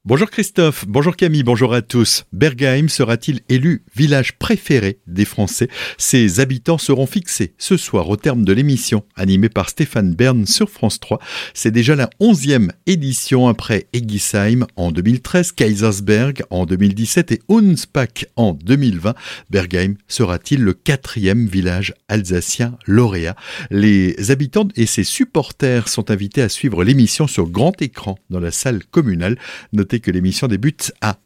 Bonjour Christophe, bonjour Camille, bonjour à tous. Bergheim sera-t-il élu village préféré des Français ? Ses habitants seront fixés ce soir au terme de l'émission animée par Stéphane Bern sur France 3. C'est déjà la 11e édition après Egisheim en 2013, Kaysersberg en 2017 et Hunspach en 2020. Bergheim sera-t-il le 4e village alsacien lauréat ? Les habitants et ses supporters sont invités à suivre l'émission sur grand écran dans la salle communale. Notez que l'émission débute à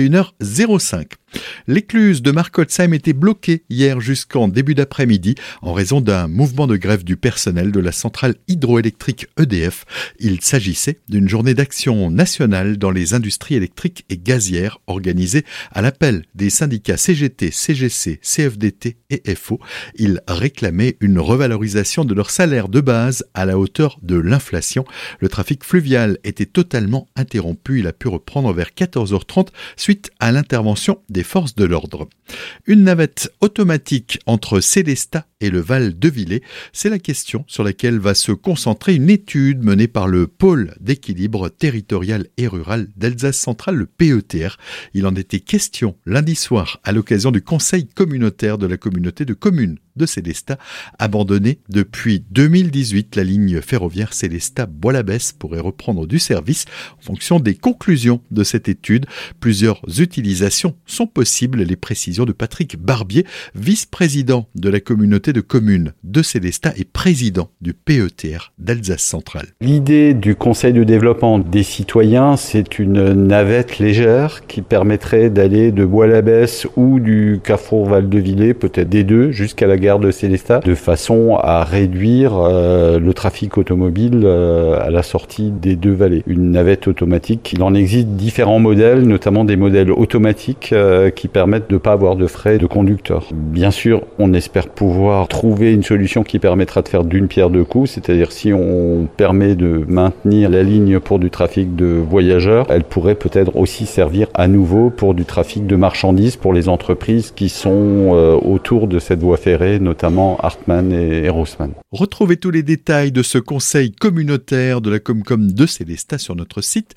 21h05. L'écluse de Markholzheim était bloquée hier jusqu'en début d'après-midi en raison d'un mouvement de grève du personnel de la centrale hydroélectrique EDF. Il s'agissait d'une journée d'action nationale dans les industries électriques et gazières organisée à l'appel des syndicats CGT, CGC, CFDT et FO. Ils réclamaient une revalorisation de leur salaire de base à la hauteur de l'inflation. Le trafic fluvial était totalement interrompu. Il a pu reprendre vers 14h30 suite à l'intervention des forces de l'ordre. Une navette automatique entre Sélestat et le Val de Villers, c'est la question sur laquelle va se concentrer une étude menée par le pôle d'équilibre territorial et rural d'Alsace centrale, le PETR. Il en était question lundi soir à l'occasion du conseil communautaire de la communauté de communes de Sélestat, abandonnée depuis 2018. La ligne ferroviaire Sélestat-Bois-l'Abbesse pourrait reprendre du service en fonction des conclusions de cette étude. Plusieurs utilisations sont possibles. Les précisions de Patrick Barbier, vice-président de la communauté de communes de Sélestat et président du PETR d'Alsace centrale. L'idée du Conseil de développement des citoyens, c'est une navette légère qui permettrait d'aller de Bois-l'Abbesse ou du Carrefour Val de Villers, peut-être des deux, jusqu'à la gare de Sélestat, de façon à réduire le trafic automobile à la sortie des deux vallées. Une navette automatique, il en existe différents modèles, notamment des modèles automatiques qui permettent de ne pas avoir de frais de conducteur. Bien sûr, on espère pouvoir trouver une solution qui permettra de faire d'une pierre deux coups, c'est-à-dire si on permet de maintenir la ligne pour du trafic de voyageurs, elle pourrait peut-être aussi servir à nouveau pour du trafic de marchandises pour les entreprises qui sont autour de cette voie ferrée, notamment Hartmann et Rossmann. Retrouvez tous les détails de ce conseil communautaire de la Comcom de Sélestat sur notre site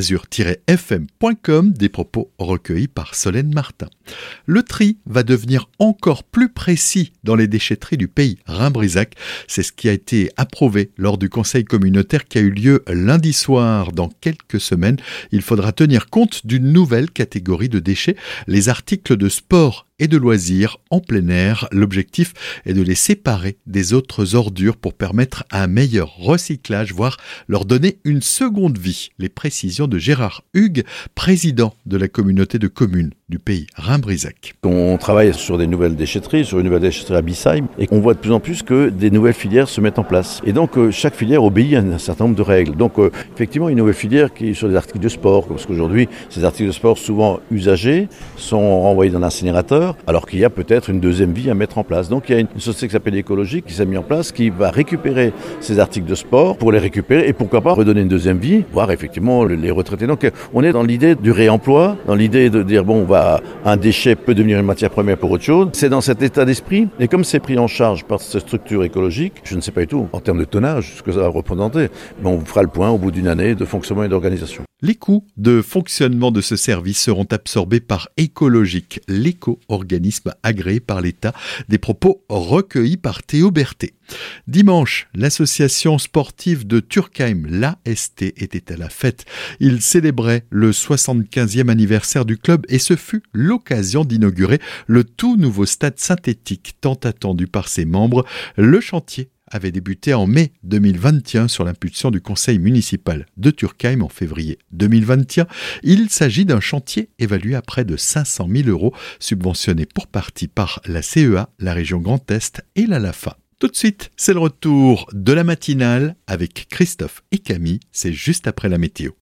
azur-fm.com, des propos recueillis par Solène Martin. Le tri va devenir encore plus précis dans les déchetteries du pays Rhin-Brisach. C'est ce qui a été approuvé lors du conseil communautaire qui a eu lieu lundi soir. Dans quelques semaines, il faudra tenir compte d'une nouvelle catégorie de déchets, les articles de sport et de loisirs en plein air. L'objectif est de les séparer des autres ordures pour permettre un meilleur recyclage, voire leur donner une seconde vie. Les précisions de Gérard Hugues, président de la communauté de communes du pays Rhin-Brisach. On travaille sur des nouvelles déchetteries, sur une nouvelle déchetterie à Bissheim, et on voit de plus en plus que des nouvelles filières se mettent en place. Et donc chaque filière obéit à un certain nombre de règles. Donc effectivement une nouvelle filière qui est sur des articles de sport, parce qu'aujourd'hui ces articles de sport souvent usagés sont renvoyés dans l'incinérateur, alors qu'il y a peut-être une deuxième vie à mettre en place. Donc il y a une société qui s'appelle Écologique qui s'est mise en place, qui va récupérer ces articles de sport pour les récupérer et pourquoi pas redonner une deuxième vie, voire effectivement les retraiter. Donc on est dans l'idée du réemploi, dans l'idée de dire un déchet peut devenir une matière première pour autre chose. C'est dans cet état d'esprit, et comme c'est pris en charge par cette structure écologique, je ne sais pas du tout en termes de tonnage ce que ça va représenter, mais on fera le point au bout d'une année de fonctionnement et d'organisation. Les coûts de fonctionnement de ce service seront absorbés par Écologique, l'éco-organisme agréé par l'État. Des propos recueillis par Théo Berthet. Dimanche, l'association sportive de Turkheim, l'AST, était à la fête. Il célébrait le 75e anniversaire du club et ce fut l'occasion d'inaugurer le tout nouveau stade synthétique tant attendu par ses membres. Le chantier avait débuté en mai 2021 sur l'impulsion du conseil municipal de Turkheim en février 2021. Il s'agit d'un chantier évalué à près de 500 000 € subventionné pour partie par la CEA, la région Grand Est et la LAFA. Tout de suite, c'est le retour de la matinale avec Christophe et Camille. C'est juste après la météo.